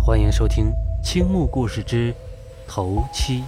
欢迎收听青木故事之头七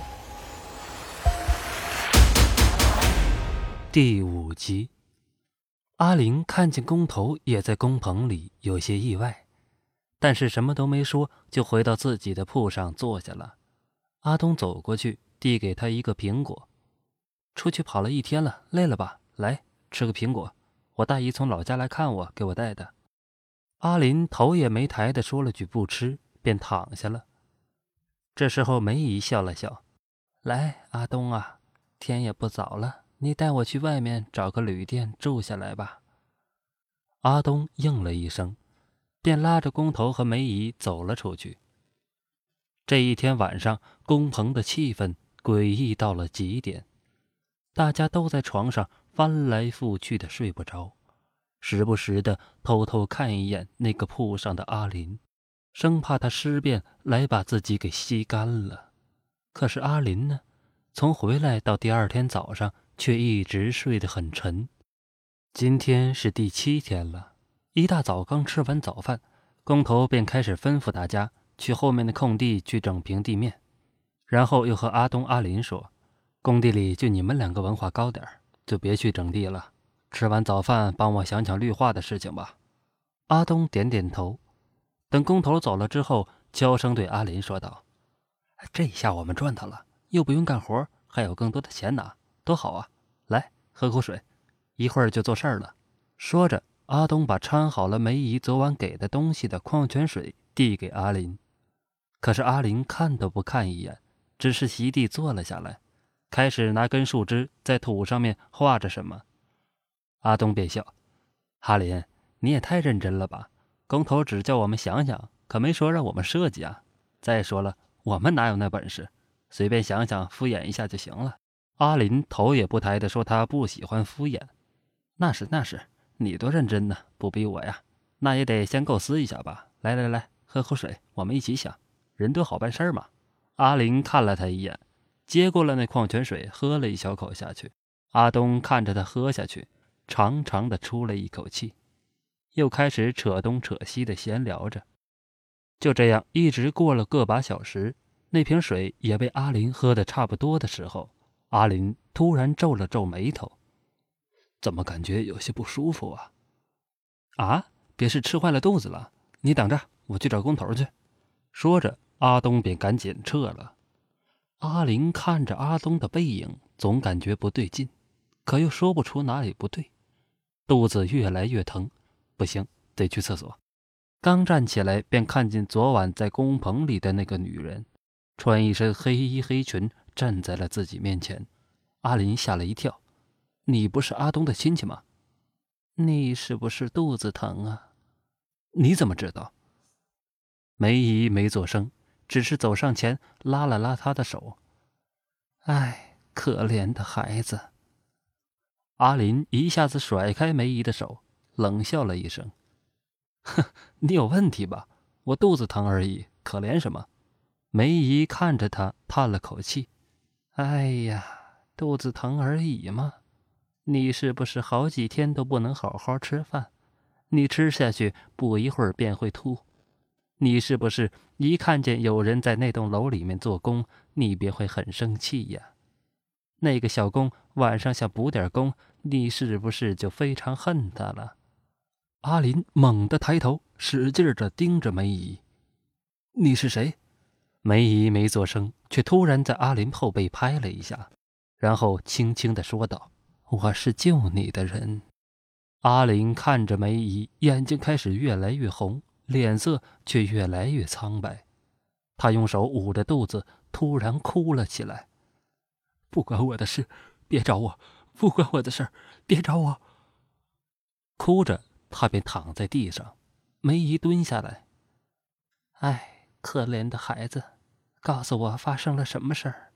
第5集。阿林看见工头也在工棚里，有些意外，但是什么都没说，就回到自己的铺上坐下了。阿东走过去，递给他一个苹果。出去跑了一天了，累了吧？来，吃个苹果，我大姨从老家来看我，给我带的。阿林头也没抬地说了句不吃，便躺下了。这时候梅姨笑了笑，来，阿东啊，天也不早了，你带我去外面找个旅店住下来吧。阿东应了一声，便拉着工头和梅姨走了出去。这一天晚上，工棚的气氛诡异到了极点，大家都在床上翻来覆去的睡不着，时不时的偷偷看一眼那个铺上的阿林，生怕他尸便来把自己给吸干了。可是阿林呢，从回来到第二天早上却一直睡得很沉。今天是第7天了，一大早刚吃完早饭，工头便开始吩咐大家去后面的空地去整平地面，然后又和阿东阿林说，工地里就你们2个文化高点，就别去整地了，吃完早饭帮我想想绿化的事情吧。阿东点点头。等工头走了之后，悄声对阿林说道，这下我们赚到了，又不用干活，还有更多的钱拿，多好啊，来喝口水，一会儿就做事儿了。说着，阿东把掺好了梅姨昨晚给的东西的矿泉水递给阿林。可是阿林看都不看一眼，只是席地坐了下来，开始拿根树枝在土上面画着什么。阿东便笑，阿林，你也太认真了吧，工头只叫我们想想，可没说让我们设计啊。再说了，我们哪有那本事，随便想想敷衍一下就行了。阿林头也不抬地说他不喜欢敷衍。那是，你多认真呢，不比我呀，那也得先构思一下吧。来，喝口水，我们一起想，人多好办事嘛。阿林看了他一眼，接过了那矿泉水，喝了一小口下去。阿东看着他喝下去，长长的出了一口气，又开始扯东扯西的闲聊着。就这样一直过了个把小时，那瓶水也被阿林喝得差不多的时候，阿林突然皱了皱眉头，怎么感觉有些不舒服啊？啊，别是吃坏了肚子了？你等着，我去找工头去。说着，阿东便赶紧撤了。阿林看着阿东的背影，总感觉不对劲，可又说不出哪里不对，肚子越来越疼，不行，得去厕所。刚站起来，便看见昨晚在工棚里的那个女人，穿一身黑衣黑裙，站在了自己面前。阿林吓了一跳，你不是阿东的亲戚吗？你是不是肚子疼啊？你怎么知道？梅姨没作声，只是走上前拉了拉他的手。哎，可怜的孩子。阿林一下子甩开梅姨的手，冷笑了一声，哼，你有问题吧？我肚子疼而已，可怜什么？梅姨看着他，叹了口气，哎呀，肚子疼而已嘛，你是不是好几天都不能好好吃饭？你吃下去不一会儿便会吐。你是不是一看见有人在那栋楼里面做工，你便会很生气呀？那个小工晚上想补点工，你是不是就非常恨他了？阿林猛地抬头，使劲地盯着梅姨。你是谁？梅姨没作声，却突然在阿林后背拍了一下，然后轻轻地说道，我是救你的人。阿林看着梅姨，眼睛开始越来越红，脸色却越来越苍白。他用手捂着肚子，突然哭了起来。不关我的事，别找我，不关我的事，别找我。哭着他便躺在地上。梅姨蹲下来，哎，可怜的孩子，告诉我发生了什么事儿？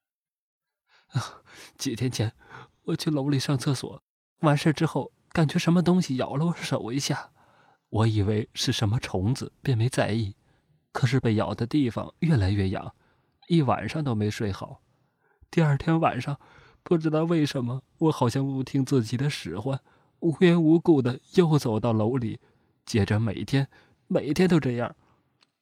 几天前我去楼里上厕所，完事之后感觉什么东西咬了我手一下，我以为是什么虫子，便没在意，可是被咬的地方越来越痒，一晚上都没睡好。第二天晚上，不知道为什么，我好像不听自己的使唤，无缘无故的又走到楼里，接着每天都这样。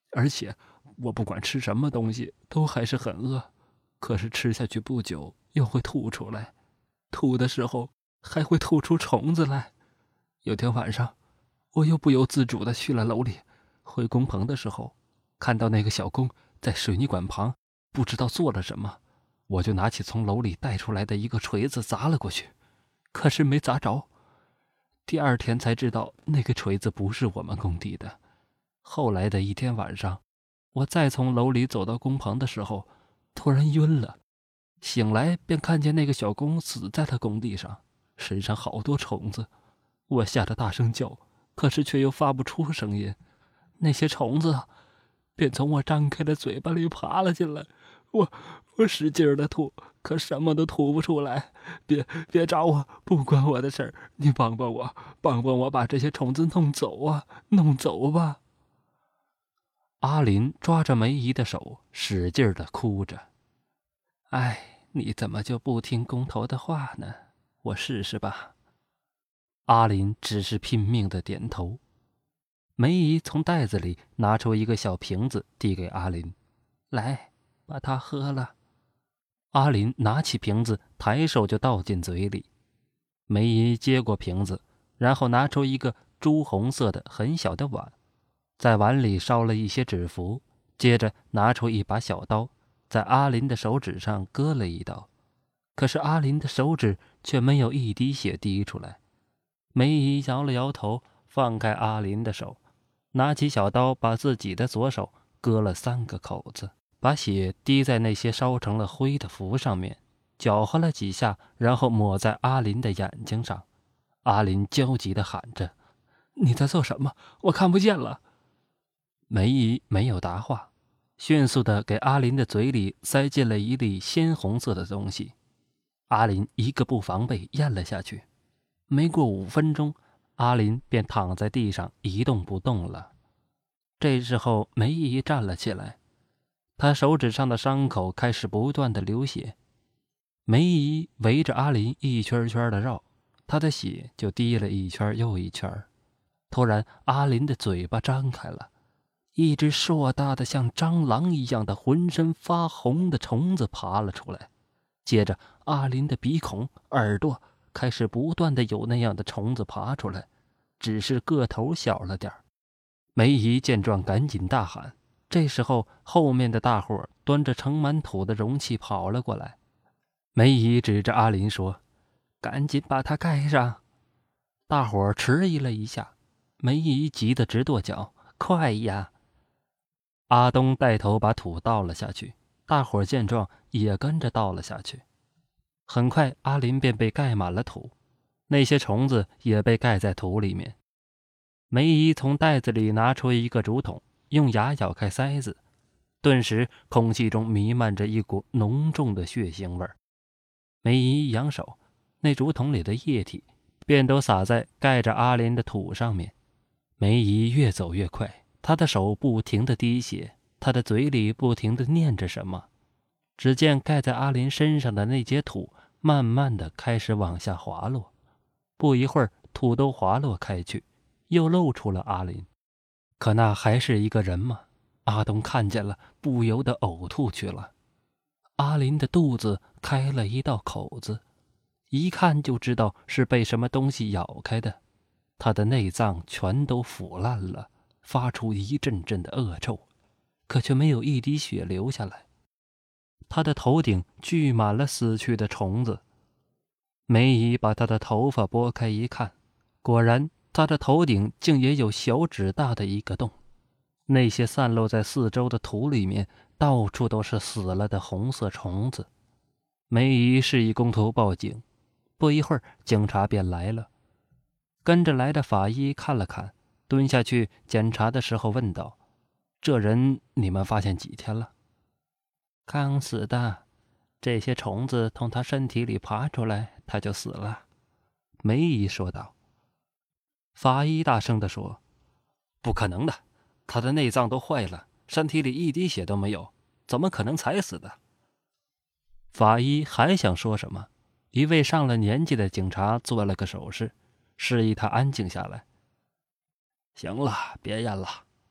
而且我不管吃什么东西都还是很饿，可是吃下去不久又会吐出来，吐的时候还会吐出虫子来。有天晚上，我又不由自主地去了楼里，回工棚的时候，看到那个小工在水泥管旁不知道做了什么，我就拿起从楼里带出来的一个锤子砸了过去，可是没砸着。第二天才知道那个锤子不是我们工地的。后来的一天晚上，我再从楼里走到工棚的时候，突然晕了，醒来便看见那个小工死在了工地上，身上好多虫子。我吓得大声叫，可是却又发不出声音。那些虫子便从我张开的嘴巴里爬了进来，我使劲的吐，可什么都吐不出来。别找我，不关我的事儿，你帮帮我把这些虫子弄走啊，弄走吧。阿林抓着梅姨的手，使劲的哭着。哎，你怎么就不听工头的话呢？我试试吧。阿林只是拼命的点头。梅姨从袋子里拿出一个小瓶子，递给阿林：“来，把它喝了。”阿林拿起瓶子，抬手就倒进嘴里。梅姨接过瓶子，然后拿出一个朱红色的很小的碗，在碗里烧了一些纸符，接着拿出一把小刀，在阿林的手指上割了一刀。可是阿林的手指却没有一滴血滴出来。梅姨摇了摇头，放开阿林的手，拿起小刀把自己的左手割了3个口子，把血滴在那些烧成了灰的符上面，搅和了几下，然后抹在阿林的眼睛上。阿林焦急地喊着：“你在做什么？我看不见了。”梅姨没有答话，迅速地给阿林的嘴里塞进了一粒鲜红色的东西。阿林一个不防备咽了下去。没过5分钟，阿林便躺在地上一动不动了。这时候梅姨站了起来，她手指上的伤口开始不断的流血。梅姨围着阿林一圈圈的绕，她的血就滴了一圈又一圈。突然，阿林的嘴巴张开了，一只硕大的像蟑螂一样的浑身发红的虫子爬了出来。接着，阿林的鼻孔、耳朵开始不断的有那样的虫子爬出来，只是个头小了点儿。梅姨见状赶紧大喊。这时候后面的大伙端着盛满土的容器跑了过来。梅姨指着阿林说：“赶紧把它盖上。”大伙迟疑了一下，梅姨急得直跺脚：“快呀！”阿东带头把土倒了下去，大伙见状也跟着倒了下去。很快，阿林便被盖满了土，那些虫子也被盖在土里面。梅姨从袋子里拿出一个竹筒，用牙咬开塞子，顿时空气中弥漫着一股浓重的血腥味儿。梅姨一扬手，那竹筒里的液体便都洒在盖着阿林的土上面。梅姨越走越快，她的手不停地滴血，她的嘴里不停地念着什么。只见盖在阿林身上的那截土慢慢地开始往下滑落，不一会儿，土都滑落开去，又露出了阿林。可那还是一个人吗？阿东看见了，不由得呕吐去了。阿林的肚子开了一道口子，一看就知道是被什么东西咬开的。他的内脏全都腐烂了，发出一阵阵的恶臭，可却没有一滴血流下来。他的头顶聚满了死去的虫子。梅姨把他的头发拨开一看，果然他的头顶竟也有小指大的一个洞。那些散落在四周的土里面，到处都是死了的红色虫子。梅姨示意工头报警，不一会儿，警察便来了。跟着来的法医看了看，蹲下去检查的时候问道：“这人你们发现几天了？”“刚死的，这些虫子从他身体里爬出来，他就死了。”梅姨说道。法医大声地说：“不可能的，他的内脏都坏了，身体里一滴血都没有，怎么可能才死的？”法医还想说什么，一位上了年纪的警察做了个手势，示意他安静下来。“行了，别验了，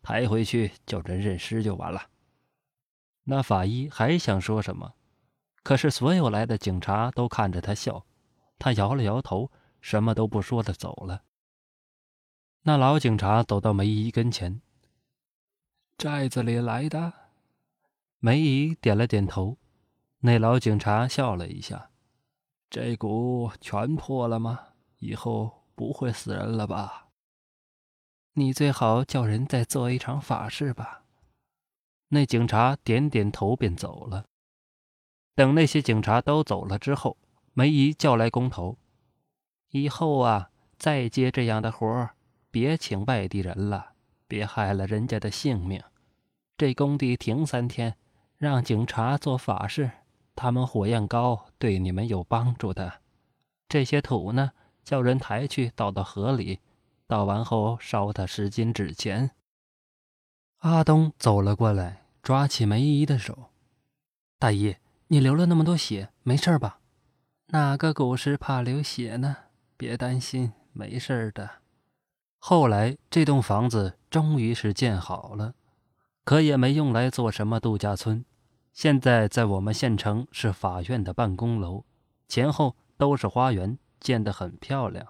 抬回去叫人认尸就完了。那法医还想说什么，可是所有来的警察都看着他笑，他摇了摇头，什么都不说的走了。那老警察走到梅姨跟前：“寨子里来的？”梅姨点了点头。那老警察笑了一下：“这蛊全破了吗？以后不会死人了吧？”“你最好叫人再做一场法事吧。”那警察点点头便走了。等那些警察都走了之后，梅姨叫来工头：“以后啊，再接这样的活儿，别请外地人了，别害了人家的性命。这工地停3天，让警察做法事，他们火焰高，对你们有帮助的。这些土呢，叫人抬去倒到河里，倒完后烧他10斤纸钱。”阿东走了过来，抓起梅姨的手：“大姨，你流了那么多血，没事吧？”“哪个古尸怕流血呢？别担心，没事的。”后来这栋房子终于是建好了，可也没用来做什么度假村。现在在我们县城是法院的办公楼，前后都是花园，建得很漂亮。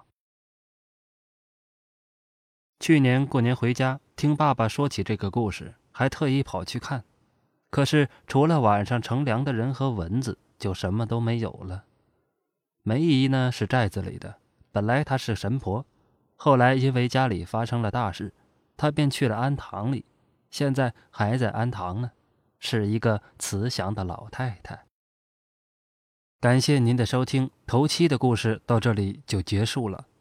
去年过年回家，听爸爸说起这个故事，还特意跑去看。可是除了晚上乘凉的人和蚊子，就什么都没有了。梅姨呢是寨子里的，本来她是神婆，后来因为家里发生了大事，她便去了安堂里，现在还在安堂呢，是一个慈祥的老太太。感谢您的收听，头七的故事到这里就结束了。